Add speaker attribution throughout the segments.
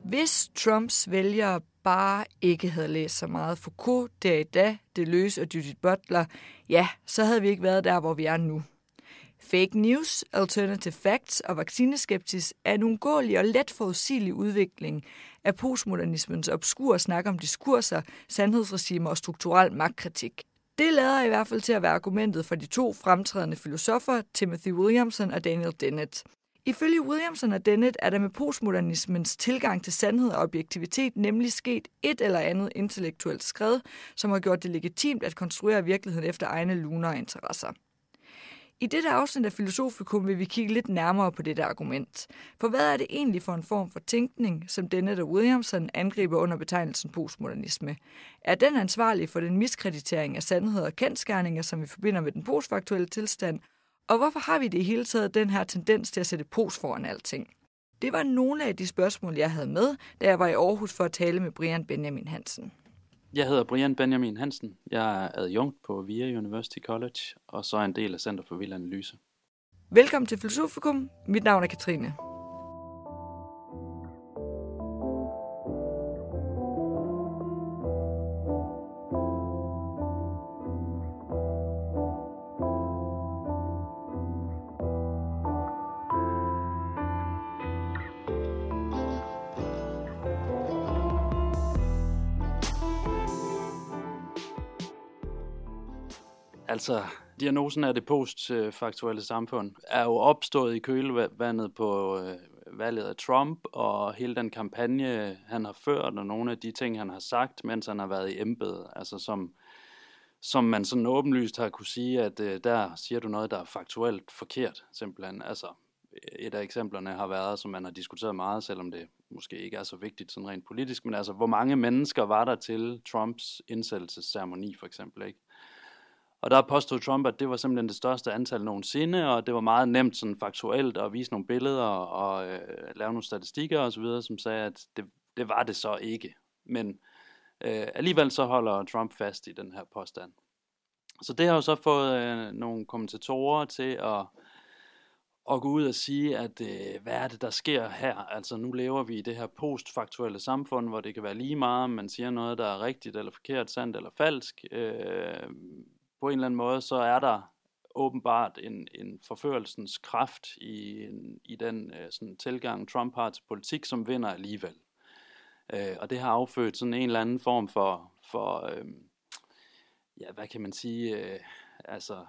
Speaker 1: Hvis Trumps vælgere bare ikke havde læst så meget Foucault, Derrida, Deleuze og Judith Butler, ja, så havde vi ikke været der, hvor vi er nu. Fake news, alternative facts og vaccineskepsis er en uundgåelig og let forudsigelig udvikling af postmodernismens obskure snak om diskurser, sandhedsregimer og strukturel magtkritik. Det lader i hvert fald til at være argumentet for de to fremtrædende filosofer, Timothy Williamson og Daniel Dennett. Ifølge Williamson og Dennett er der med postmodernismens tilgang til sandhed og objektivitet nemlig sket et eller andet intellektuelt skred, som har gjort det legitimt at konstruere virkeligheden efter egne luner og interesser. I dette afsnit af Filosofikum vil vi kigge lidt nærmere på dette argument. For hvad er det egentlig for en form for tænkning, som Dennett og Williamson angriber under betegnelsen postmodernisme? Er den ansvarlig for den miskreditering af sandheder og kendsgerninger, som vi forbinder med den postfaktuelle tilstand? Og hvorfor har vi det i hele taget den her tendens til at sætte post foran alting? Det var nogle af de spørgsmål, jeg havde med, da jeg var i Aarhus for at tale med Brian Benjamin Hansen.
Speaker 2: Jeg hedder Brian Benjamin Hansen. Jeg er adjunkt på VIA University College, og så er en del af Center for Vild Analyse.
Speaker 1: Velkommen til Filosofikum. Mit navn er Katrine.
Speaker 2: Altså, diagnosen af det postfaktuelle samfund er jo opstået i kølvandet på valget af Trump og hele den kampagne, han har ført, og nogle af de ting, han har sagt, mens han har været i embedet. Altså, som man sådan åbenlyst har kunne sige, at der siger du noget, der er faktuelt forkert, simpelthen. Altså, et af eksemplerne har været, som man har diskuteret meget, selvom det måske ikke er så vigtigt sådan rent politisk, men altså, hvor mange mennesker var der til Trumps indsættelsesceremoni, for eksempel, ikke? Og der påstod Trump, at det var simpelthen det største antal nogensinde, og det var meget nemt sådan faktuelt at vise nogle billeder og lave nogle statistikker osv., som sagde, at det var det så ikke. Men alligevel så holder Trump fast i den her påstand. Så det har jo så fået nogle kommentatorer til at gå ud og sige, at hvad er det, der sker her? Altså nu lever vi i det her postfaktuelle samfund, hvor det kan være lige meget, om man siger noget, der er rigtigt eller forkert, sandt eller falsk. På en eller anden måde, så er der åbenbart en forførelsens kraft i den sådan tilgang, Trump har til politik, som vinder alligevel. Og det har affødt sådan en eller anden form for ja, hvad kan man sige, altså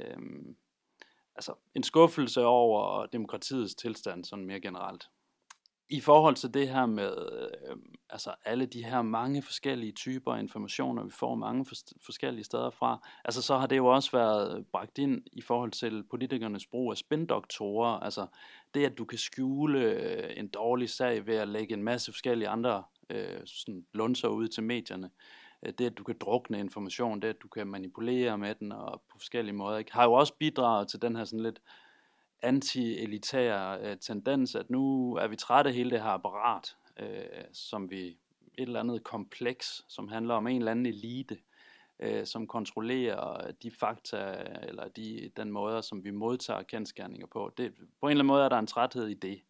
Speaker 2: en skuffelse over demokratiets tilstand, sådan mere generelt. I forhold til det her med altså alle de her mange forskellige typer af informationer, vi får mange forskellige steder fra, altså så har det jo også været bragt ind i forhold til politikernes brug af spindoktorer, altså det at du kan skjule en dårlig sag ved at lægge en masse forskellige andre sådan lunser ud til medierne, det at du kan drukne information, det at du kan manipulere med den og på forskellige måder, ikke, har jo også bidraget til den her sådan lidt anti-elitære tendens, at nu er vi trætte af hele det her apparat, som vi et eller andet kompleks, som handler om en eller anden elite, som kontrollerer de fakta, eller den måde, som vi modtager kendsgerninger på. På en eller anden måde er der en træthed i det.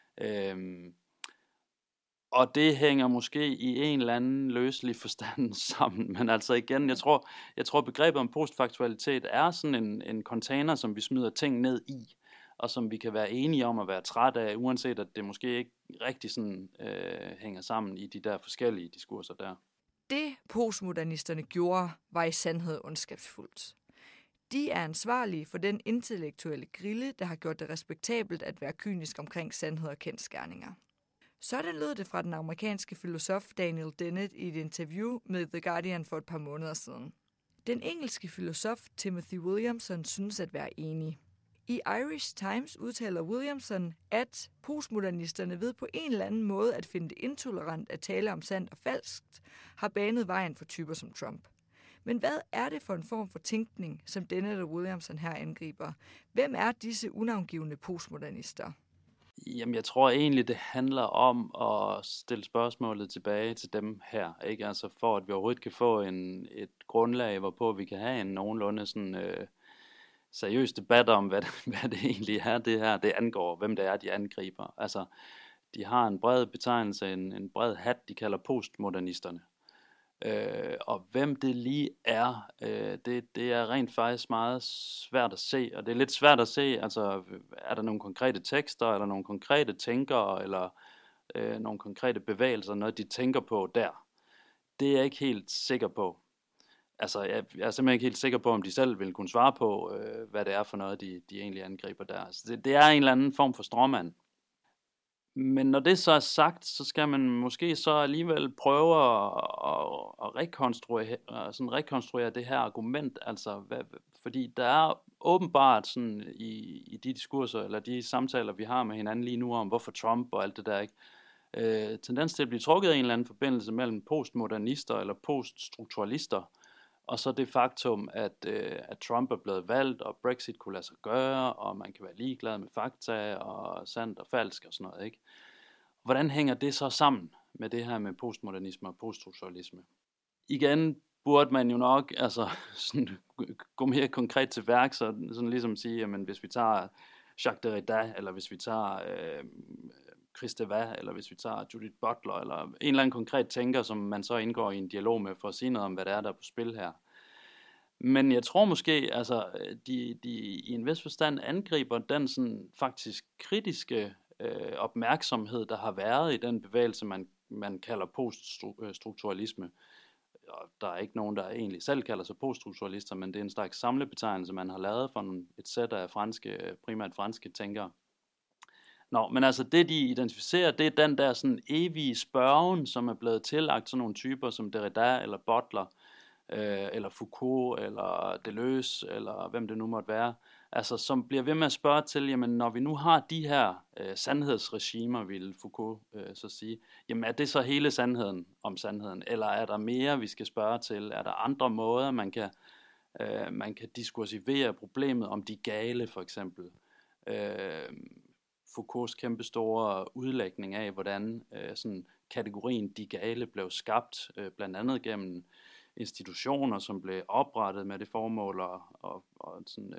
Speaker 2: Og det hænger måske i en eller anden løselig forstand sammen, men altså igen, jeg tror begrebet om postfaktualitet er sådan en container, som vi smider ting ned i, og som vi kan være enige om at være træt af, uanset at det måske ikke rigtig sådan hænger sammen i de der forskellige diskurser der.
Speaker 1: Det postmodernisterne gjorde, var i sandhed ondskabsfuldt. De er ansvarlige for den intellektuelle grille, der har gjort det respektabelt at være kynisk omkring sandhed og kendsgerninger. Sådan lød det fra den amerikanske filosof Daniel Dennett i et interview med The Guardian for et par måneder siden. Den engelske filosof Timothy Williamson synes at være enig. I Irish Times udtaler Williamson, at postmodernisterne ved på en eller anden måde at finde det intolerant at tale om sandt og falskt, har banet vejen for typer som Trump. Men hvad er det for en form for tænkning, som Dennett og Williamson her angriber? Hvem er disse unavngivne postmodernister?
Speaker 2: Jamen, jeg tror egentlig, det handler om at stille spørgsmålet tilbage til dem her, ikke? Altså for at vi overhovedet kan få et grundlag, hvorpå vi kan have en nogenlunde sådan seriøs debat om, hvad det egentlig er, det her, det angår, hvem det er, de angriber. Altså, de har en bred betegnelse, en bred hat, de kalder postmodernisterne. Og hvem det lige er, det er rent faktisk meget svært at se, og det er lidt svært at se, altså er der nogle konkrete tekster, eller nogle konkrete tænkere, eller nogle konkrete bevægelser, noget de tænker på der. Det er jeg ikke helt sikker på. Altså jeg er simpelthen ikke helt sikker på, om de selv vil kunne svare på, hvad det er for noget, de egentlig angriber der. Altså, det er en eller anden form for stråmand. Men når det så er sagt, så skal man måske så alligevel prøve at rekonstruere det her argument, altså fordi der er åbenbart sådan i de diskurser eller de samtaler vi har med hinanden lige nu om hvorfor Trump og alt det der, ikke, tendens til at blive trukket i en eller anden forbindelse mellem postmodernister eller poststrukturalister og så det faktum, at Trump er blevet valgt, og Brexit kunne lade sig gøre, og man kan være ligeglad med fakta, og sandt og falsk og sådan noget, ikke? Hvordan hænger det så sammen med det her med postmodernisme og poststrukturalisme? Igen burde man jo nok sådan, gå mere konkret til værk, så sådan ligesom sige, jamen hvis vi tager Jacques Derrida, eller hvis vi tager Chris Dewas, eller hvis vi tager Judith Butler, eller en eller anden konkret tænker, som man så indgår i en dialog med, for at sige noget om, hvad det er, der er på spil her. Men jeg tror måske, de i en vis forstand angriber den sådan faktisk kritiske opmærksomhed, der har været i den bevægelse, man kalder poststrukturalisme. Og der er ikke nogen, der egentlig selv kalder sig poststrukturalister, men det er en slags samlebetegnelse, man har lavet for et sæt af primært franske tænkere. Men altså det de identificerer, det er den der sådan evige spørgen, som er blevet tillagt sådan nogle typer som Derrida eller Butler, eller Foucault, eller Deleuze, eller hvem det nu måtte være, altså som bliver ved med at spørge til, jamen når vi nu har de her sandhedsregimer, vil Foucault så sige, jamen er det så hele sandheden om sandheden, eller er der mere vi skal spørge til, er der andre måder man kan diskursivere problemet om de gale for eksempel, Foucaults kæmpe store udlægning af, hvordan sådan kategorien de gale blev skabt, blandt andet gennem institutioner, som blev oprettet med det formål at sådan,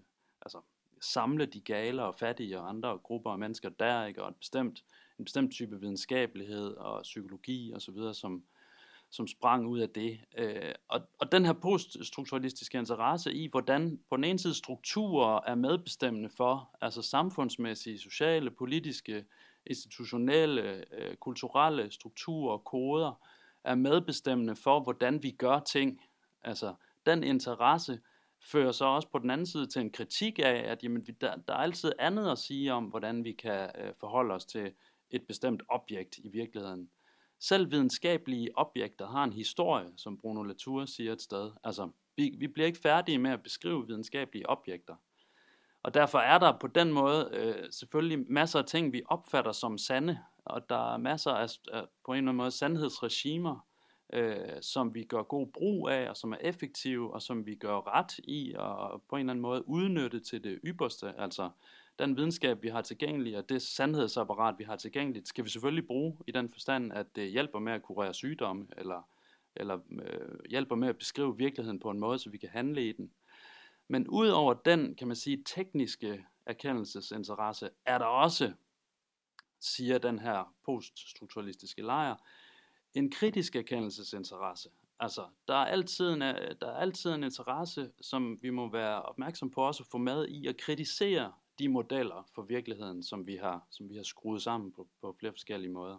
Speaker 2: samle de gale og fattige og andre grupper af mennesker der, ikke? Og en bestemt type videnskabelighed og psykologi og så videre, som sprang ud af det. Og den her poststrukturalistiske interesse i, hvordan på den ene side strukturer er medbestemmende for, altså samfundsmæssige, sociale, politiske, institutionelle, kulturelle strukturer og koder, er medbestemmende for, hvordan vi gør ting. Altså, den interesse fører så også på den anden side til en kritik af, at jamen, der er altid andet at sige om, hvordan vi kan forholde os til et bestemt objekt i virkeligheden. Selv videnskabelige objekter har en historie, som Bruno Latour siger et sted. Altså, vi bliver ikke færdige med at beskrive videnskabelige objekter. Og derfor er der på den måde selvfølgelig masser af ting, vi opfatter som sande, og der er masser af på en eller anden måde sandhedsregimer, som vi gør god brug af, og som er effektive, og som vi gør ret i, og på en eller anden måde udnytte til det ypperste. Altså den videnskab, vi har tilgængelig, og det sandhedsapparat, vi har tilgængeligt, skal vi selvfølgelig bruge i den forstand, at det hjælper med at kurere sygdomme, eller hjælper med at beskrive virkeligheden på en måde, så vi kan handle i den. Men ud over den, kan man sige, tekniske erkendelsesinteresse, er der også, siger den her poststrukturalistiske lejr, en kritisk erkendelsesinteresse. Altså, der er altid en interesse, som vi må være opmærksom på også at få med i at kritisere de modeller for virkeligheden, som vi har skruet sammen på flere forskellige måder.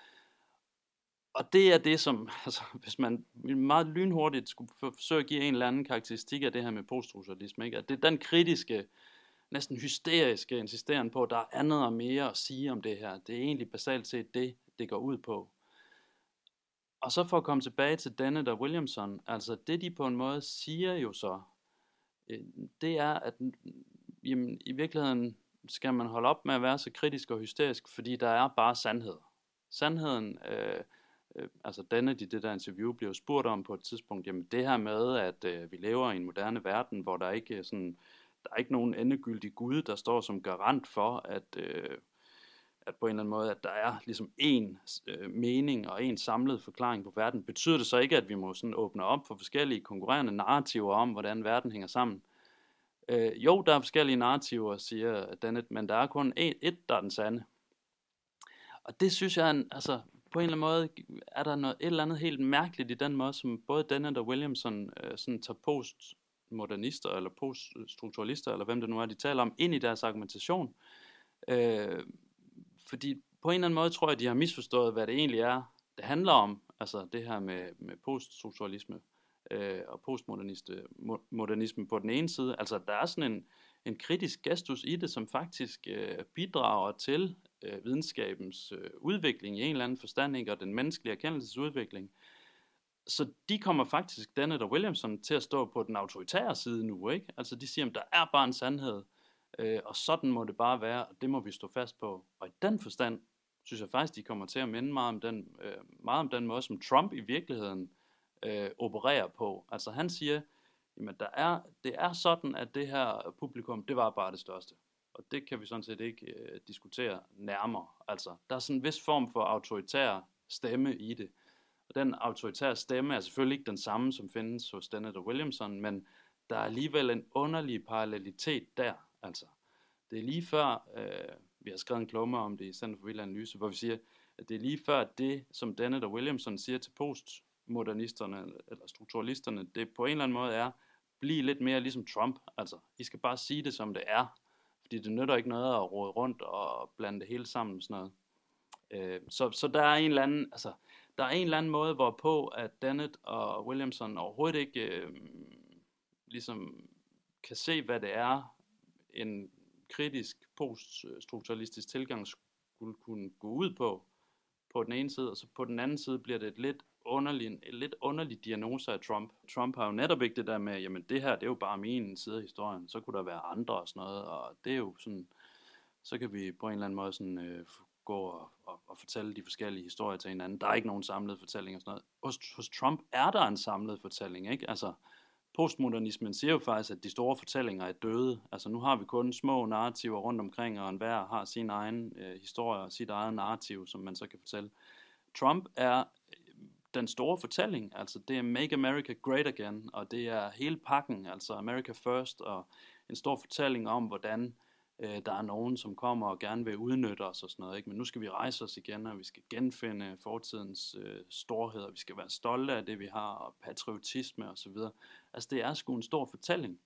Speaker 2: Og det er det, som, altså, hvis man meget lynhurtigt skulle forsøge at give en eller anden karakteristik af det her med poststrukturalisme, ikke? At det er den kritiske, næsten hysteriske insisteren på, at der er andet og mere at sige om det her. Det er egentlig basalt set det går ud på. Og så for at komme tilbage til Dennett og Williamson, altså det de på en måde siger jo så, det er, at jamen, i virkeligheden skal man holde op med at være så kritisk og hysterisk, fordi der er bare sandhed. Sandheden, altså Dennett i det der interview bliver spurgt om på et tidspunkt, jamen det her med, at vi lever i en moderne verden, hvor der ikke der er ikke nogen endegyldig Gud, der står som garant for, at på en eller anden måde, at der er ligesom én mening og én samlet forklaring på verden. Betyder det så ikke, at vi må sådan åbne op for forskellige konkurrerende narrativer om, hvordan verden hænger sammen? Jo, der er forskellige narrativer, siger Dennett, men der er kun et, der er den sande. Og det synes jeg, altså på en eller anden måde, er der et eller andet helt mærkeligt i den måde, som både Dennett og Williamson sådan tager postmodernister, eller poststrukturalister, eller hvem det nu er, de taler om, ind i deres argumentation. Fordi på en eller anden måde tror jeg, de har misforstået, hvad det egentlig er, det handler om, altså det her med poststrukturalisme og postmodernisme på den ene side. Altså der er sådan en kritisk gestus i det, som faktisk bidrager til videnskabens udvikling i en eller anden forstand, ikke? Og den menneskelige erkendelsesudvikling. Så de kommer faktisk, Dennett og Williamson, til at stå på den autoritære side nu, ikke? Altså de siger, at der er bare en sandhed, og sådan må det bare være, og det må vi stå fast på. Og i den forstand, synes jeg faktisk, de kommer til at minde meget om den måde, som Trump i virkeligheden opererer på. Altså han siger, jamen det er sådan, at det her publikum, det var bare det største. Og det kan vi sådan set ikke diskutere nærmere. Altså der er sådan en vis form for autoritær stemme i det. Og den autoritære stemme er selvfølgelig ikke den samme, som findes hos Dennett og Williamson, men der er alligevel en underlig parallelitet der. Altså, det er lige før, vi har skrevet en klumme om det i Center for Vild Analyse, hvor vi siger, at det er lige før det, som Dennett og Williamson siger til postmodernisterne eller strukturalisterne, det på en eller anden måde er, blive lidt mere ligesom Trump. Altså, I skal bare sige det, som det er, fordi det nytter ikke noget at rode rundt og blande det hele sammen sådan noget. Så der er en eller anden måde, hvorpå at Dennett og Williamson overhovedet ikke ligesom kan se, hvad det er, en kritisk poststrukturalistisk tilgang skulle kunne gå ud på den ene side, og så på den anden side bliver det et lidt underlig diagnose af Trump. Trump har jo netop ikke det der med, jamen det her, det er jo bare min side af historien, så kunne der være andre og sådan noget, og det er jo sådan, så kan vi på en eller anden måde sådan gå og fortælle de forskellige historier til hinanden. Der er ikke nogen samlede fortællinger og sådan noget. Hos Trump er der en samlet fortælling, ikke? Altså, postmodernismen siger jo faktisk, at de store fortællinger er døde. Altså nu har vi kun små narrativer rundt omkring, og enhver har sin egen historie og sit eget narrativ, som man så kan fortælle. Trump er den store fortælling, altså det er Make America Great Again, og det er hele pakken, altså America First, og en stor fortælling om, hvordan der er nogen, som kommer og gerne vil udnytte os og sådan noget, ikke? Men nu skal vi rejse os igen, og vi skal genfinde fortidens storhed, og vi skal være stolte af det, vi har, og patriotisme og så videre. Altså det er sgu en stor fortælling.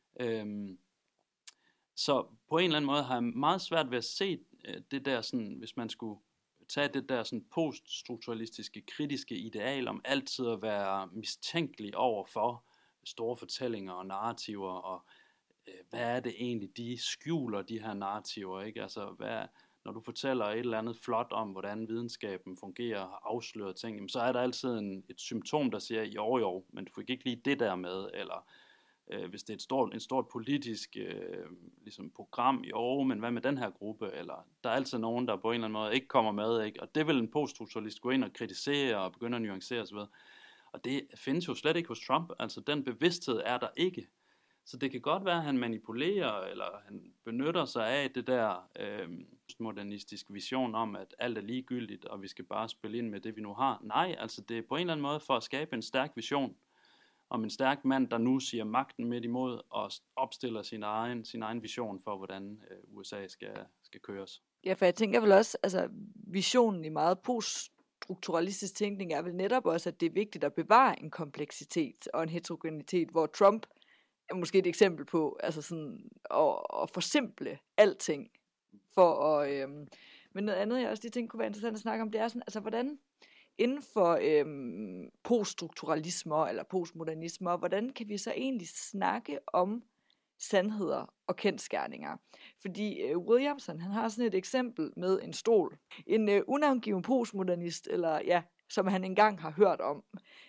Speaker 2: Så på en eller anden måde har jeg meget svært ved at se det der sådan, hvis man skulle tage det der sådan poststrukturalistiske, kritiske ideal om altid at være mistænkelig over for store fortællinger og narrativer, og hvad er det egentlig, de skjuler de her narrativer, ikke? Altså, når du fortæller et eller andet flot om, hvordan videnskaben fungerer og afslører ting, jamen, så er der altid et symptom, der siger, jo, men du fik ikke lige det der med, eller hvis det er et stort politisk ligesom program, jo, men hvad med den her gruppe, eller der er altid nogen, der på en eller anden måde ikke kommer med, ikke? Og det vil en poststrukturalist gå ind og kritisere og begynde at nuancere osv. Og det findes jo slet ikke hos Trump, altså den bevidsthed er der ikke. Så det kan godt være, at han manipulerer, eller han benytter sig af det der modernistisk vision om, at alt er ligegyldigt, og vi skal bare spille ind med det, vi nu har. Nej, altså det er på en eller anden måde for at skabe en stærk vision om en stærk mand, der nu siger magten midt imod, og opstiller sin egen vision for, hvordan USA skal køres.
Speaker 1: Ja, for jeg tænker vel også, altså visionen i meget poststrukturalistisk tænkning er vel netop også, at det er vigtigt at bevare en kompleksitet og en heterogenitet, hvor Trump måske et eksempel på, altså sådan at forsimple alting for at, men noget andet, jeg også lige tænkte kunne være interessant at snakke om, det er sådan, altså hvordan inden for poststrukturalismer eller postmodernismer, hvordan kan vi så egentlig snakke om sandheder og kendsgerninger? Fordi Williamson, han har sådan et eksempel med en stol. En unavngiven postmodernist, eller ja, som han engang har hørt om,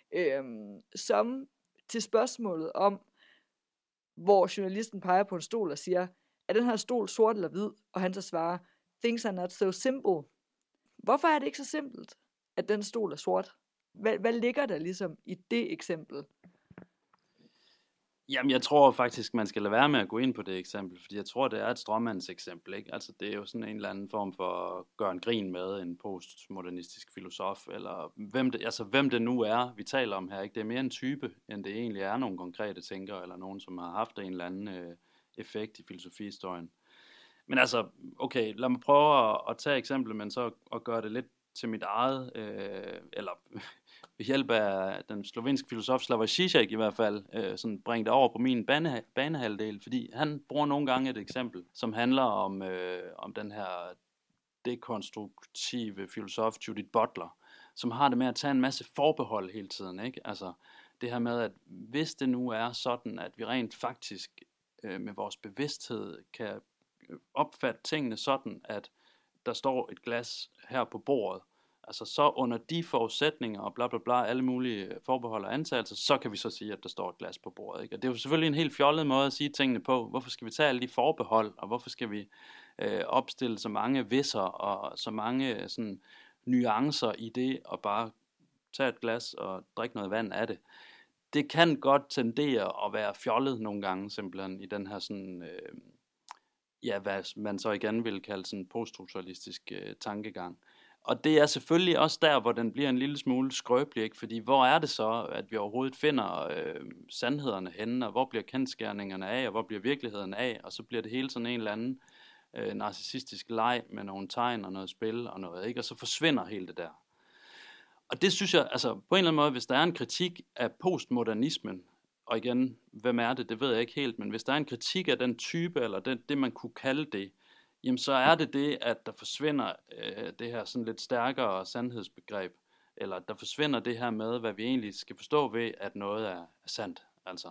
Speaker 1: som til spørgsmålet om, hvor journalisten peger på en stol og siger, er den her stol sort eller hvid? Og han så svarer, things are not so simple. Hvorfor er det ikke så simpelt, at den stol er sort? Hvad ligger der ligesom i det eksempel?
Speaker 2: Jamen, jeg tror faktisk, man skal lade være med at gå ind på det eksempel, fordi jeg tror, det er et stråmandseksempel, ikke? Altså, det er jo sådan en eller anden form for at gøre en grin med en postmodernistisk filosof, eller hvem det nu er, vi taler om her, ikke? Det er mere en type, end det egentlig er nogle konkrete tænkere, eller nogen, som har haft en eller anden effekt i filosofihistorien. Men altså, okay, lad mig prøve at tage eksemplet, men så at gøre det lidt til mit eget, eller ved hjælp af den slovenske filosof Slavoj Žižek i hvert fald, sådan bringe det over på min banehalvdel, fordi han bruger nogle gange et eksempel, som handler om den her dekonstruktive filosof Judith Butler, som har det med at tage en masse forbehold hele tiden, ikke? Altså det her med, at hvis det nu er sådan, at vi rent faktisk med vores bevidsthed kan opfatte tingene sådan, at der står et glas her på bordet, altså så under de forudsætninger og bla bla bla, alle mulige forbehold og antagelser, så kan vi så sige, at der står et glas på bordet, ikke? Og det er jo selvfølgelig en helt fjollet måde at sige tingene på. Hvorfor skal vi tage alle de forbehold, og hvorfor skal vi opstille så mange visser og så mange sådan nuancer i det, og bare tage et glas og drikke noget vand af det? Det kan godt tendere at være fjollet nogle gange, simpelthen i den her sådan, hvad man så igen vil kalde sådan poststrukturalistisk tankegang. Og det er selvfølgelig også der, hvor den bliver en lille smule skrøbelig, ikke? Fordi hvor er det så, at vi overhovedet finder sandhederne henne, og hvor bliver kendsgerningerne af, og hvor bliver virkeligheden af, og så bliver det hele sådan en eller anden narcissistisk leg med nogle tegn og noget spil og noget, ikke? Og så forsvinder hele det der. Og det synes jeg, altså på en eller anden måde, hvis der er en kritik af postmodernismen, og igen, hvem er det, det ved jeg ikke helt, men hvis der er en kritik af den type, eller det man kunne kalde det, jamen så er det, at der forsvinder det her sådan lidt stærkere sandhedsbegreb, eller der forsvinder det her med, hvad vi egentlig skal forstå ved, at noget er sandt. Altså,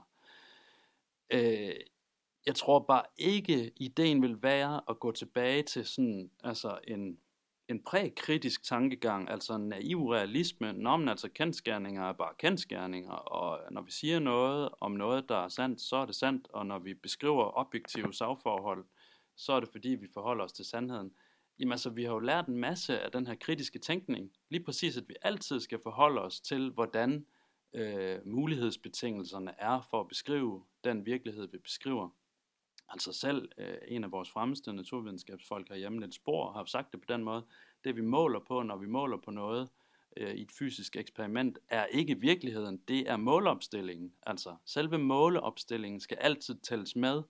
Speaker 2: jeg tror bare ikke, ideen vil være at gå tilbage til sådan, altså en prækritisk tankegang, altså en naiv realisme, men altså kendsgerninger er bare kendsgerninger, og når vi siger noget om noget, der er sandt, så er det sandt, og når vi beskriver objektive sagforhold, så er det fordi, vi forholder os til sandheden. Jamen altså, vi har jo lært en masse af den her kritiske tænkning, lige præcis, at vi altid skal forholde os til, hvordan mulighedsbetingelserne er for at beskrive den virkelighed, vi beskriver. Altså selv en af vores fremmeste naturvidenskabsfolk herhjemme, Niels Bohr, har sagt det på den måde. Det vi måler på, når vi måler på noget i et fysisk eksperiment, er ikke virkeligheden, det er måleopstillingen. Altså selve måleopstillingen skal altid tælles med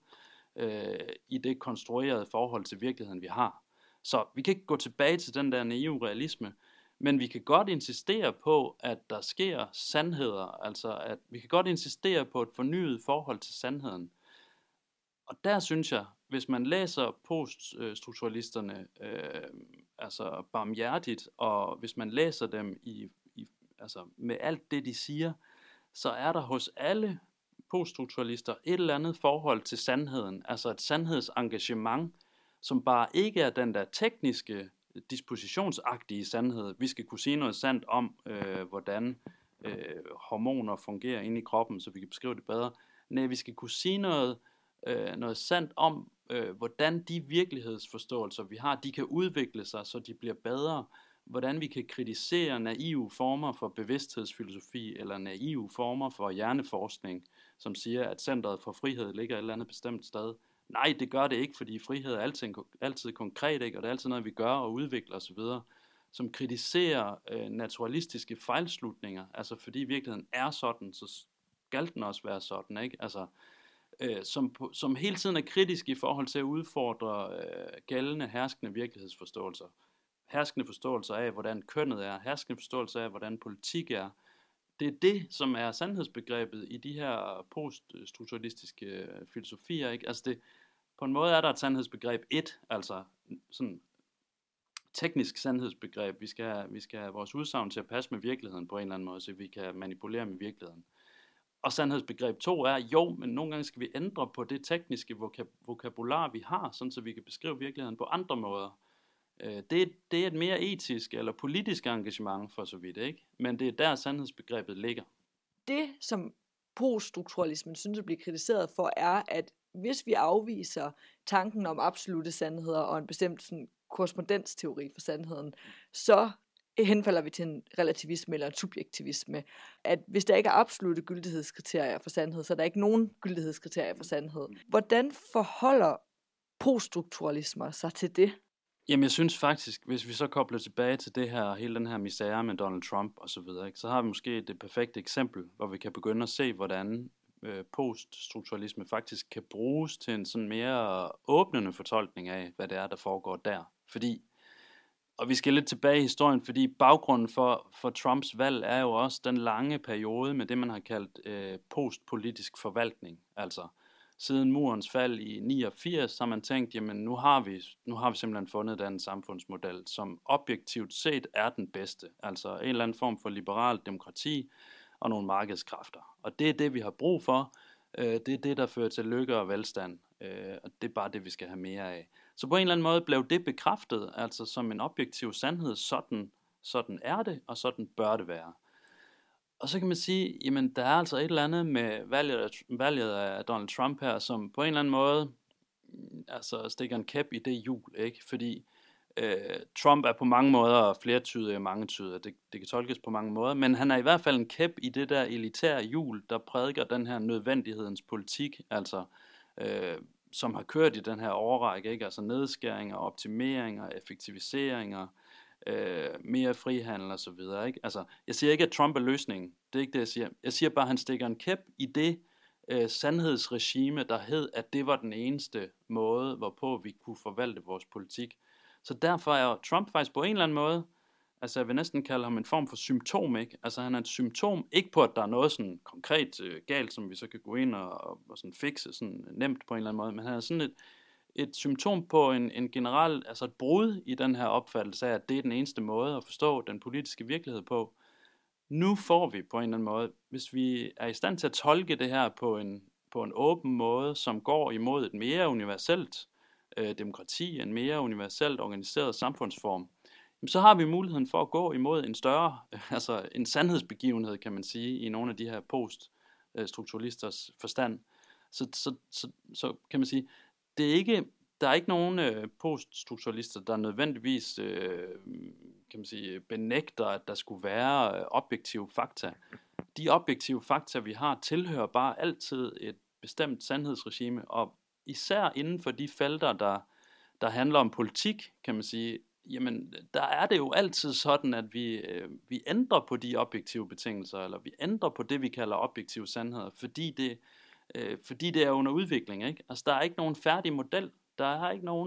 Speaker 2: i det konstruerede forhold til virkeligheden, vi har. Så vi kan ikke gå tilbage til den der naive realisme, men vi kan godt insistere på, at der sker sandheder, altså at vi kan godt insistere på et fornyet forhold til sandheden. Og der synes jeg, hvis man læser poststrukturalisterne altså barmhjertigt, og hvis man læser dem altså med alt det, de siger, så er der hos alle poststrukturalister et eller andet forhold til sandheden, altså et sandhedsengagement, som bare ikke er den der tekniske, dispositionsagtige sandhed. Vi skal kunne sige noget sandt om, hvordan hormoner fungerer inde i kroppen, så vi kan beskrive det bedre. Nej, vi skal kunne sige noget sandt om, hvordan de virkelighedsforståelser, vi har, de kan udvikle sig, så de bliver bedre. Hvordan vi kan kritisere naive former for bevidsthedsfilosofi, eller naive former for hjerneforskning, som siger, at centret for frihed ligger et eller andet bestemt sted. Nej, det gør det ikke, fordi frihed er altid konkret, ikke? Og det er altid noget, vi gør og udvikler osv., som kritiserer naturalistiske fejlslutninger, altså fordi virkeligheden er sådan, så skal den også være sådan, ikke? Altså, som hele tiden er kritisk i forhold til at udfordre gældende, herskende virkelighedsforståelser. Herskende forståelser af, hvordan kønnet er, herskende forståelser af, hvordan politik er. Det er det, som er sandhedsbegrebet i de her poststrukturalistiske filosofier, ikke? Altså det, på en måde er der et sandhedsbegreb 1, altså sådan teknisk sandhedsbegreb. Vi skal have vores udsagn til at passe med virkeligheden på en eller anden måde, så vi kan manipulere med virkeligheden. Og sandhedsbegreb 2 er, jo, men nogle gange skal vi ændre på det tekniske vokabular, vi har, sådan så vi kan beskrive virkeligheden på andre måder. Det er et mere etisk eller politisk engagement for så vidt, ikke? Men det er der sandhedsbegrebet ligger.
Speaker 1: Det, som poststrukturalismen synes at blive kritiseret for, er, at hvis vi afviser tanken om absolute sandheder og en bestemt sådan, korrespondensteori for sandheden, så henfalder vi til en relativisme eller en subjektivisme. At hvis der ikke er absolute gyldighedskriterier for sandhed, så er der ikke nogen gyldighedskriterier for sandhed. Hvordan forholder poststrukturalismer sig til det?
Speaker 2: Jamen jeg synes faktisk, hvis vi så kobler tilbage til det her, hele den her misære med Donald Trump og så videre, ikke, så har vi måske det perfekte eksempel, hvor vi kan begynde at se, hvordan poststrukturalisme faktisk kan bruges til en sådan mere åbnende fortolkning af, hvad det er, der foregår der. Fordi, og vi skal lidt tilbage i historien, fordi baggrunden for Trumps valg er jo også den lange periode med det, man har kaldt postpolitisk forvaltning. Altså siden murens fald i 89 har man tænkt, jamen nu har vi simpelthen fundet den samfundsmodel, som objektivt set er den bedste. Altså en eller anden form for liberalt demokrati og nogle markedskræfter. Og det er det, vi har brug for. Det er det, der fører til lykke og velstand. Og det er bare det, vi skal have mere af. Så på en eller anden måde blev det bekræftet, altså som en objektiv sandhed, sådan er det, og sådan bør det være. Og så kan man sige, jamen der er altså et eller andet med valget af Donald Trump her, som på en eller anden måde altså stikker en kæp i det hjul, ikke? Fordi Trump er på mange måder flertydig og mangetydig, det kan tolkes på mange måder, men han er i hvert fald en kæp i det der elitære hjul, der prædiker den her nødvendighedens politik, altså som har kørt i den her årrække, ikke? Altså nedskæringer, optimeringer, effektiviseringer, mere frihandel og så videre, ikke? Altså, jeg siger ikke, at Trump er løsningen. Det er ikke det, jeg siger. Jeg siger bare, at han stikker en kæp i det sandhedsregime, der hed, at det var den eneste måde, hvorpå vi kunne forvalte vores politik. Så derfor er Trump faktisk på en eller anden måde, altså jeg vil næsten kalde ham en form for symptom, ikke? Altså han er et symptom, ikke på, at der er noget sådan konkret galt, som vi så kan gå ind og sådan fikse sådan nemt på en eller anden måde, men han er sådan et symptom på en generel, altså et brud i den her opfattelse af, at det er den eneste måde at forstå den politiske virkelighed på. Nu får vi på en eller anden måde, hvis vi er i stand til at tolke det her på en åben måde, som går imod et mere universelt demokrati, en mere universelt organiseret samfundsform, så har vi muligheden for at gå imod en større, altså en sandhedsbegivenhed, kan man sige, i nogle af de her poststrukturalisters forstand. Så kan man sige, der er ikke nogen poststrukturalister, der nødvendigvis kan man sige, benægter, at der skulle være objektive fakta. De objektive fakta, vi har, tilhører bare altid et bestemt sandhedsregime, og især inden for de felter, der handler om politik, kan man sige, jamen der er det jo altid sådan, at vi ændrer på de objektive betingelser, eller vi ændrer på det, vi kalder objektive sandheder, fordi det er under udvikling, ikke? Altså der er ikke nogen færdig model, der er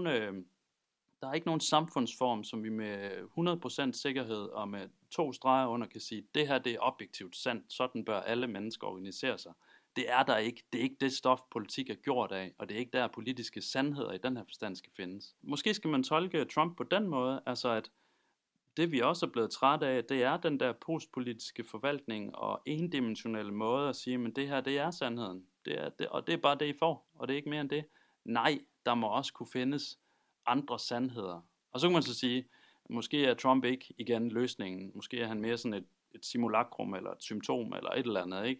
Speaker 2: ikke nogen samfundsform, som vi med 100% sikkerhed og med 2 streger under kan sige, det her det er objektivt sandt, sådan bør alle mennesker organisere sig. Det er der ikke. Det er ikke det stof, politik er gjort af, og det er ikke der politiske sandheder i den her forstand skal findes. Måske skal man tolke Trump på den måde, altså at det vi også er blevet træt af, det er den der postpolitiske forvaltning og endimensionelle måde at sige, men det her det er sandheden. Og det er bare det, I får, og det er ikke mere end det. Nej, der må også kunne findes andre sandheder. Og så kan man så sige, måske er Trump ikke igen løsningen. Måske er han mere sådan et simulakrum eller et symptom eller et eller andet.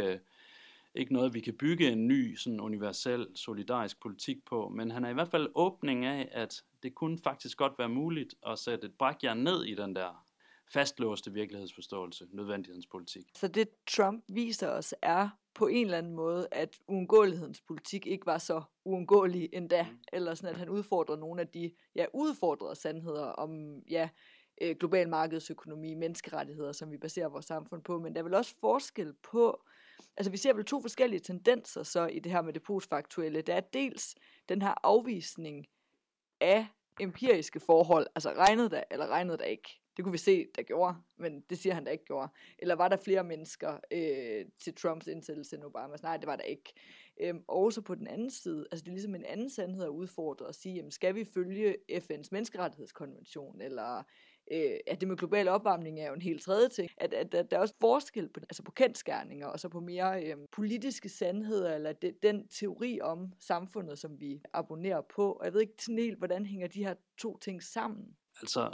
Speaker 2: Ikke noget, vi kan bygge en ny sådan universel, solidarisk politik på, men han er i hvert fald åbning af, at det kunne faktisk godt være muligt at sætte et brækjern ned i den der fastlåste virkelighedsforståelse, nødvendighedens politik.
Speaker 1: Så det Trump viser os er på en eller anden måde, at uundgåelighedens politik ikke var så uundgåelig endda, eller sådan at han udfordrer nogle af de udfordrede sandheder om global markedsøkonomi, menneskerettigheder, som vi baserer vores samfund på, men der er vel også forskel på, altså vi ser vel 2 forskellige tendenser så i det her med det postfaktuelle. Der er dels den her afvisning af empiriske forhold, altså regnede der eller regnede der ikke. Det kunne vi se, der gjorde, men det siger han, der ikke gjorde. Eller var der flere mennesker til Trumps indsættelse end Obamas? Nej, det var der ikke. Også på den anden side, altså det er ligesom en anden sandhed at udfordre og sige, jamen, skal vi følge FN's menneskerettighedskonvention, eller at det med global opvarmning er jo en helt tredje ting. At der er også forskel på kendsgerninger, og så på mere politiske sandheder, eller den teori om samfundet, som vi abonnerer på. Og jeg ved ikke sådan helt, hvordan hænger de her 2 ting sammen?
Speaker 2: Altså,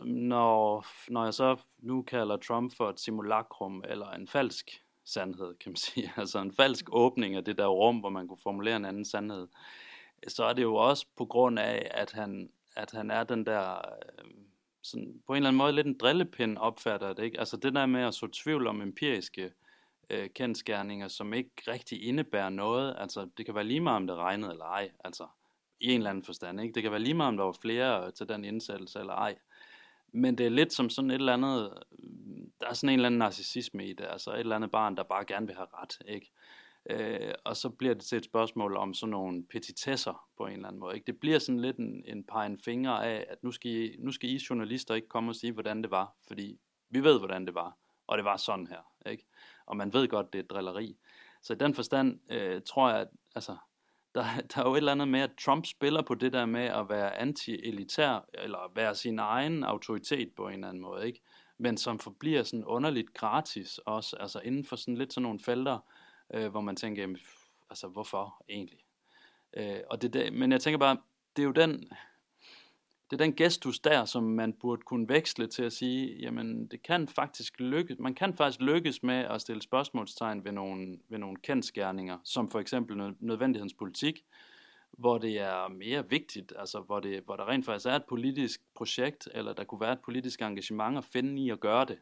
Speaker 2: når jeg så nu kalder Trump for et simulakrum, eller en falsk sandhed, kan man sige, altså en falsk åbning af det der rum, hvor man kunne formulere en anden sandhed, så er det jo også på grund af, at han er den der, sådan, på en eller anden måde lidt en drillepind opfatter det, ikke? Altså det der med at så tvivl om empiriske kendsgerninger, som ikke rigtig indebærer noget, altså det kan være lige meget om det regnede eller ej, altså i en eller anden forstand, ikke? Det kan være lige meget om der var flere til den indsættelse eller ej, men det er lidt som sådan et eller andet, der er sådan en eller anden narcissisme i det, altså et eller andet barn, der bare gerne vil have ret, ikke? Og så bliver det til et spørgsmål om sådan nogle petitesser på en eller anden måde. Ikke? Det bliver sådan lidt en pegen finger af, at nu skal I journalister ikke komme og sige, hvordan det var, fordi vi ved, hvordan det var, og det var sådan her. Ikke? Og man ved godt, det er et drilleri. Så i den forstand tror jeg, at altså, der er jo et eller andet med, at Trump spiller på det der med at være anti-elitær, eller være sin egen autoritet på en eller anden måde, ikke? Men som forbliver sådan underligt gratis også, altså inden for sådan lidt sådan nogle felter, hvor man tænker, jamen, altså hvorfor egentlig? Men jeg tænker bare, det er jo den gestus der, som man burde kunne veksle til at sige, jamen det kan faktisk man kan faktisk lykkes med at stille spørgsmålstegn ved nogle kendsgerninger, som for eksempel nødvendighedens politik, hvor det er mere vigtigt, altså hvor der rent faktisk er et politisk projekt, eller der kunne være et politisk engagement at finde i at gøre det.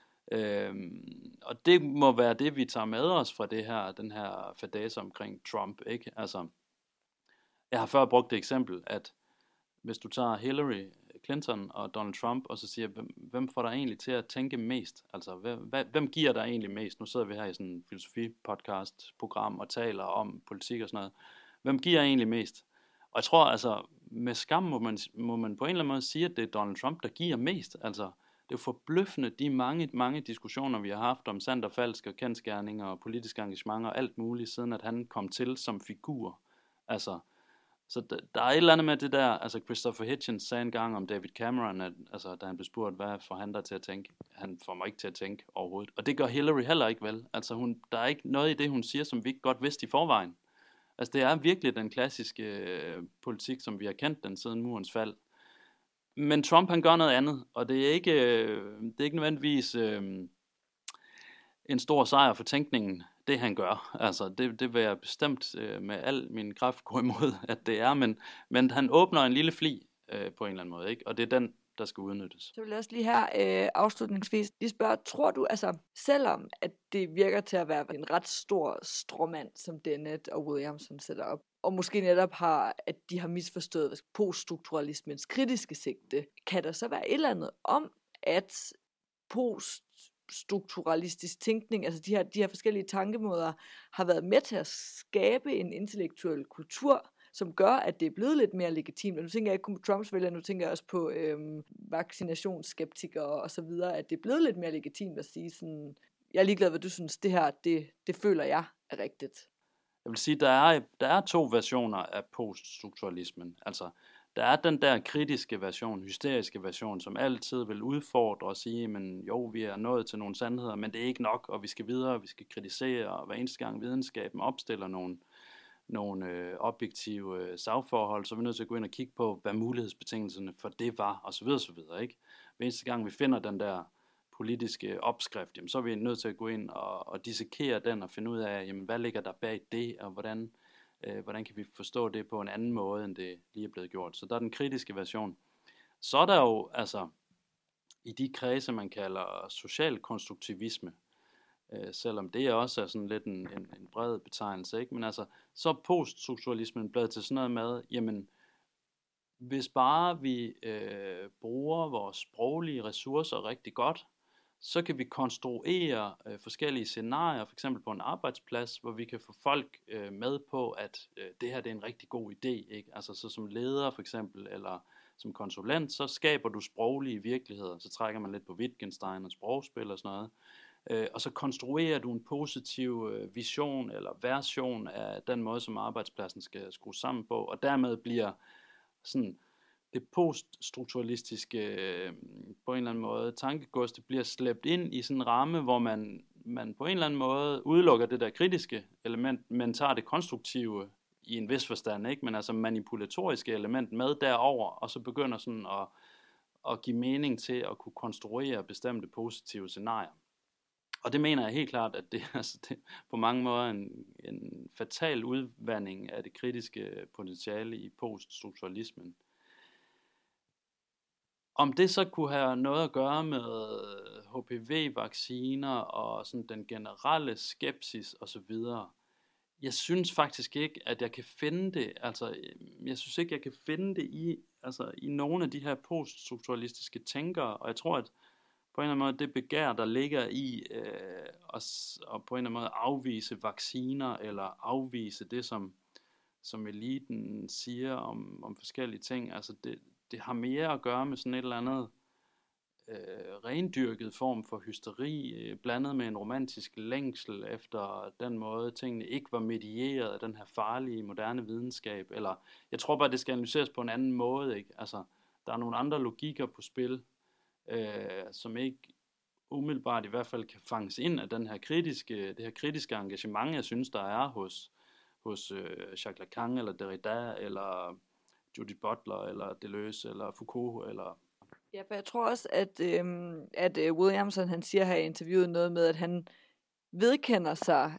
Speaker 2: Og det må være det, vi tager med os fra den her fadæse omkring Trump, ikke? Altså, jeg har før brugt det eksempel, at hvis du tager Hillary Clinton og Donald Trump, og så siger, hvem får dig egentlig til at tænke mest? Altså, hvem giver dig egentlig mest? Nu sidder vi her i sådan en filosofi-podcast-program og taler om politik og sådan noget. Hvem giver egentlig mest? Og jeg tror, altså, med skam må man på en eller anden måde sige, at det er Donald Trump, der giver mest. Altså, det er jo forbløffende, de mange diskussioner, vi har haft om sandt og falsk og kendsgerninger og politiske engagementer og alt muligt, siden at han kom til som figur. Altså, så der er et eller andet med det der, altså Christopher Hitchens sagde engang om David Cameron, at, altså, da han blev spurgt, hvad får han der til at tænke? Han får mig ikke til at tænke overhovedet. Og det gør Hillary heller ikke, vel? Altså, der er ikke noget i det, hun siger, som vi ikke godt vidste i forvejen. Altså, det er virkelig den klassiske politik, som vi har kendt den siden murens fald. Men Trump, han gør noget andet, og det er ikke nødvendigvis en stor sejr for tænkningen, det han gør. Altså, det vil jeg bestemt med al min kraft gå imod, at det er, men han åbner en lille fli på en eller anden måde, ikke? Og det er den, der skal udnyttes.
Speaker 1: Så vil jeg også lige her afslutningsvis lige spørge, tror du, altså selvom at det virker til at være en ret stor stråmand, som Dennett og Williamson sætter op, og måske netop at de har misforstået poststrukturalismens kritiske sigte, kan der så være et eller andet om, at poststrukturalistisk tænkning, altså de her forskellige tankemåder, har været med til at skabe en intellektuel kultur, som gør, at det er blevet lidt mere legitimt. Og nu tænker jeg ikke kun på Trumps vælger, nu tænker jeg også på vaccinationsskeptikere og så videre, at det er blevet lidt mere legitimt at sige sådan, jeg er ligeglad, hvad du synes, det her, det føler jeg er rigtigt.
Speaker 2: Jeg vil sige, der er to versioner af poststrukturalismen. Altså, der er den der kritiske version, hysteriske version, som altid vil udfordre og sige, men jo, vi er nået til nogle sandheder, men det er ikke nok, og vi skal videre, vi skal kritisere, og hver eneste gang videnskaben opstiller nogle objektive sagforhold, så er vi nødt til at gå ind og kigge på, hvad mulighedsbetingelserne for det var, og så videre, ikke? Hver eneste gang vi finder den der politiske opskrift, jamen, så er vi nødt til at gå ind og dissekere den og finde ud af, jamen, hvad ligger der bag det, og hvordan kan vi forstå det på en anden måde, end det lige er blevet gjort. Så der er den kritiske version. Så er der jo, altså, i de kredse, man kalder socialkonstruktivisme, selvom det også er sådan lidt en bred betegnelse, ikke? Men altså, så er poststrukturalismen blevet til sådan noget med, jamen, hvis bare vi bruger vores sproglige ressourcer rigtig godt, så kan vi konstruere forskellige scenarier, for eksempel på en arbejdsplads, hvor vi kan få folk med på, at det her det er en rigtig god idé, ikke? Altså så som leder for eksempel, eller som konsulent, så skaber du sproglige virkeligheder, så trækker man lidt på Wittgenstein og sprogspil og sådan noget, og så konstruerer du en positiv vision eller version af den måde, som arbejdspladsen skal skrues sammen på, og dermed bliver sådan det poststrukturalistiske på en eller anden måde tankegods, det bliver slæbt ind i sådan en ramme, hvor man på en eller anden måde udelukker det der kritiske element, men tager det konstruktive i en vis forstand, ikke? Men altså manipulatoriske element med derover, og så begynder sådan at give mening til at kunne konstruere bestemte positive scenarier. Og det mener jeg helt klart, at det er på mange måder en fatal udvandring af det kritiske potentiale i poststrukturalismen. Om det så kunne have noget at gøre med HPV-vacciner og sådan den generelle skepsis osv., jeg synes faktisk ikke, at jeg kan finde det. Altså, jeg synes ikke, jeg kan finde det i nogle af de her poststrukturalistiske tænkere, og jeg tror, at på en eller anden måde det begær, der ligger i og på en eller anden måde afvise vacciner, eller afvise det, som eliten siger om forskellige ting. Altså det har mere at gøre med sådan et eller andet rendyrket form for hysteri, blandet med en romantisk længsel efter den måde, tingene ikke var medieret af den her farlige moderne videnskab. Eller jeg tror bare, det skal analyseres på en anden måde, ikke? Altså, der er nogle andre logikker på spil, som ikke umiddelbart i hvert fald kan fanges ind af det her kritiske engagement, jeg synes, der er hos Jacques Lacan, eller Derrida, eller Judith Butler, eller Deleuze, eller Foucault, eller...
Speaker 1: Ja, for jeg tror også, at Williamson, han siger her i interviewet noget med, at han vedkender sig,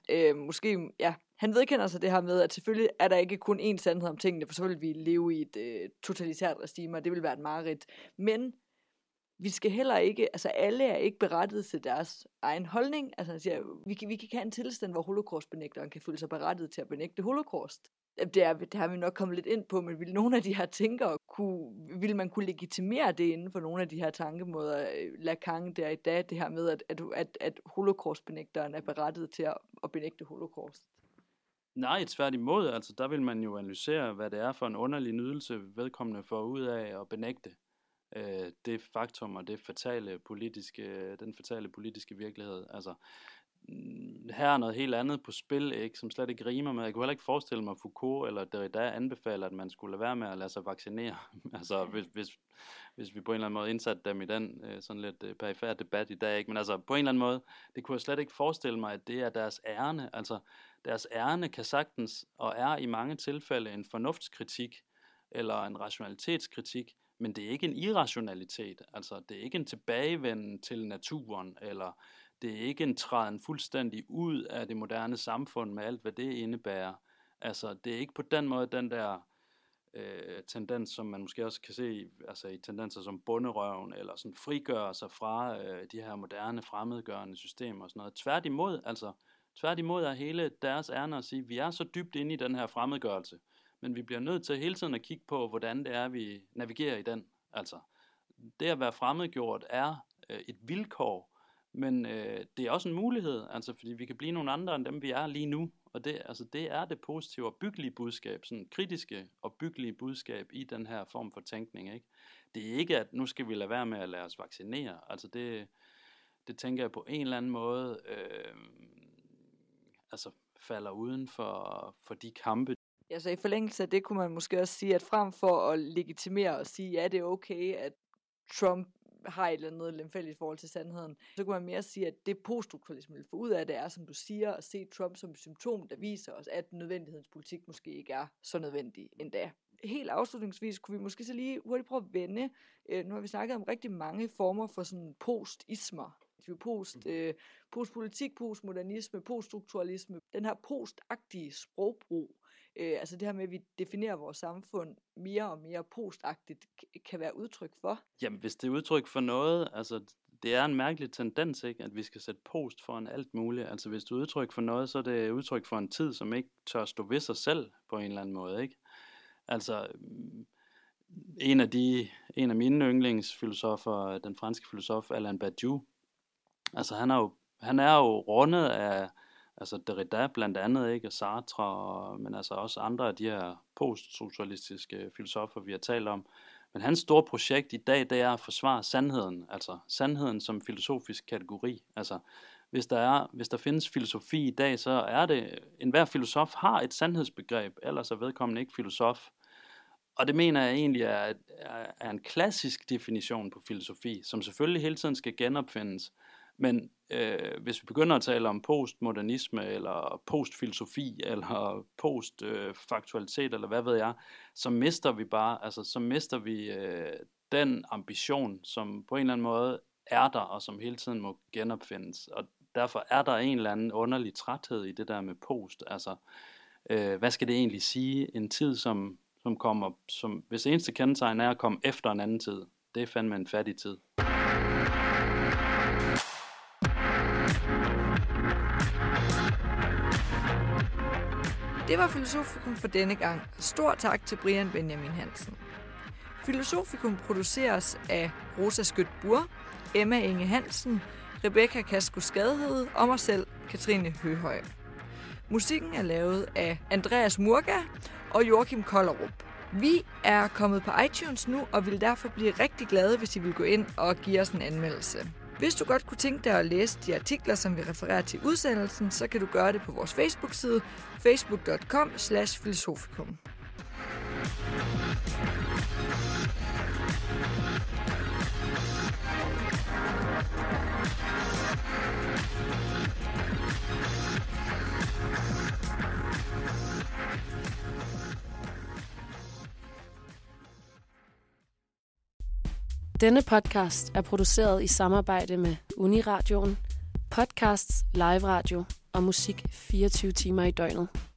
Speaker 1: han vedkender sig det her med, at selvfølgelig er der ikke kun én sandhed om tingene, for så vil vi leve i et totalitært regime, og det vil være et mareridt. Men vi skal heller ikke, altså alle er ikke berettiget til deres egen holdning. Altså han siger, vi kan ikke have en tilstand, hvor holocaustbenægteren kan føle sig berettiget til at benægte holocaust. Det har vi nok kommet lidt ind på, men ville nogle af de her tænkere ville man kunne legitimere det inden for nogle af de her tankemåder, Lacan der i dag, det her med, at holocaustbenægteren er berettiget til at benægte holocaust?
Speaker 2: Nej, tværtimod, altså der vil man jo analysere, hvad det er for en underlig nydelse, vedkommende får ud af at benægte det faktum og den fatale politiske virkelighed. Altså, her er noget helt andet på spil, ikke, som slet ikke rimer med. Jeg kunne heller ikke forestille mig, at Foucault eller Derrida anbefaler, at man skulle lade være med at lade sig vaccinere. Altså, hvis vi på en eller anden måde indsatte dem i den sådan lidt perifære debat i dag, ikke? Men altså, på en eller anden måde, det kunne jeg slet ikke forestille mig, at det er deres ærne. Altså, deres ærne kan sagtens, og er i mange tilfælde, en fornuftskritik, eller en rationalitetskritik, men det er ikke en irrationalitet. Altså, det er ikke en tilbagevenden til naturen, eller det er ikke en træden fuldstændig ud af det moderne samfund med alt, hvad det indebærer. Altså, det er ikke på den måde den der tendens, som man måske også kan se i tendenser som bonderøven, eller sådan frigøre sig fra de her moderne fremmedgørende systemer og sådan noget. Tværtimod er hele deres ærne at sige, at vi er så dybt inde i den her fremmedgørelse, men vi bliver nødt til hele tiden at kigge på, hvordan det er, vi navigerer i den. Altså, det at være fremmedgjort er et vilkår, men det er også en mulighed, altså, fordi vi kan blive nogle andre end dem, vi er lige nu. Og det er det positive og byggelige budskab, sådan kritiske og byggelige budskab i den her form for tænkning, ikke? Det er ikke, at nu skal vi lade være med at lade os vaccinere. Altså det tænker jeg på en eller anden måde falder uden for de kampe.
Speaker 1: Ja, så i forlængelse af det kunne man måske også sige, at frem for at legitimere og sige, ja, det er okay, at Trump har et eller andet lemfældigt forhold til sandheden, så kunne man mere sige, at det poststrukturalisme vil få ud af det er, som du siger, at se Trump som et symptom, der viser os, at nødvendighedens politik måske ikke er så nødvendig endda. Helt afslutningsvis kunne vi måske så lige hurtigt prøve at vende. Nu har vi snakket om rigtig mange former for sådan postismer. Postpolitik, postmodernisme, poststrukturalisme, den her postagtige sprogbrug. Altså det her med, at vi definerer vores samfund mere og mere postagtigt, kan være udtryk for?
Speaker 2: Jamen, hvis det er udtryk for noget, altså det er en mærkelig tendens, ikke, at vi skal sætte post foran alt muligt. Altså hvis det er udtryk for noget, så er det udtryk for en tid, som ikke tør stå ved sig selv på en eller anden måde, ikke? Altså en af mine yndlingsfilosofer, den franske filosof Alain Badiou, altså han er jo rundet af Derrida blandt andet, ikke, og Sartre, men altså også andre af de her poststrukturalistiske filosofer, vi har talt om. Men hans store projekt i dag, det er at forsvare sandheden, altså sandheden som filosofisk kategori. Altså hvis der findes filosofi i dag, så er det, enhver filosof har et sandhedsbegreb, ellers er vedkommende ikke filosof. Og det mener jeg egentlig er en klassisk definition på filosofi, som selvfølgelig hele tiden skal genopfindes. Men hvis vi begynder at tale om postmodernisme, eller postfilosofi, eller postfaktualitet, eller hvad ved jeg, så mister vi den ambition, som på en eller anden måde er der, og som hele tiden må genopfindes. Og derfor er der en eller anden underlig træthed i det der med post. Altså, hvad skal det egentlig sige? En tid, som kommer, som hvis eneste kendetegn er at komme efter en anden tid. Det er fandme en fattig tid.
Speaker 1: Det var Filosofikum for denne gang. Stor tak til Brian Benjamin Hansen. Filosofikum produceres af Rosa Skødt-Bur. Emma Inge Hansen, Rebecca Kasko Skadhed og mig selv, Katrine Høhøj. Musikken er lavet af Andreas Murga og Joachim Kollerup. Vi er kommet på iTunes nu, og vil derfor blive rigtig glade, hvis I vil gå ind og give os en anmeldelse. Hvis du godt kunne tænke dig at læse de artikler, som vi refererer til i udsendelsen, så kan du gøre det på vores Facebook-side, facebook.com/filosofikum.
Speaker 3: Denne podcast er produceret i samarbejde med Uniradioen, podcasts, live radio og musik 24 timer i døgnet.